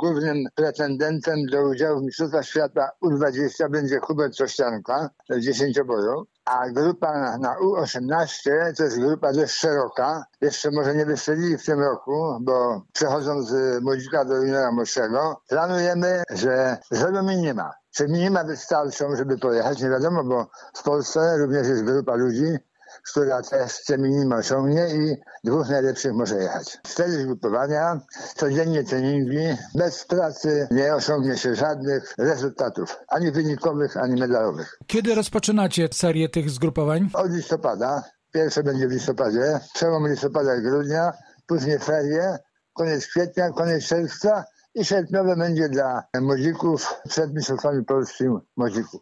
głównym pretendentem do udziału w Mistrzostwach Świata U20 będzie Hubert Trzcianka w 10-boju, a grupa na U18 to jest grupa dość szeroka. Jeszcze może nie wystrzelili w tym roku, bo przechodzą z młodzika do juniora młodszego. Planujemy, że zrobią minima. Czy minima wystarczą, żeby pojechać? Nie wiadomo, bo w Polsce również jest grupa ludzi, która też te minima osiągnie i 2 najlepszych może jechać. 4 zgrupowania, codziennie treningi, bez pracy nie osiągnie się żadnych rezultatów, ani wynikowych, ani medalowych. Kiedy rozpoczynacie serię tych zgrupowań? Od listopada. Pierwsze będzie w listopadzie, przełom listopada i grudnia, później ferie, koniec kwietnia, koniec czerwca i sierpniowe będzie dla młodzików przed mistrzostwami polskim młodzików.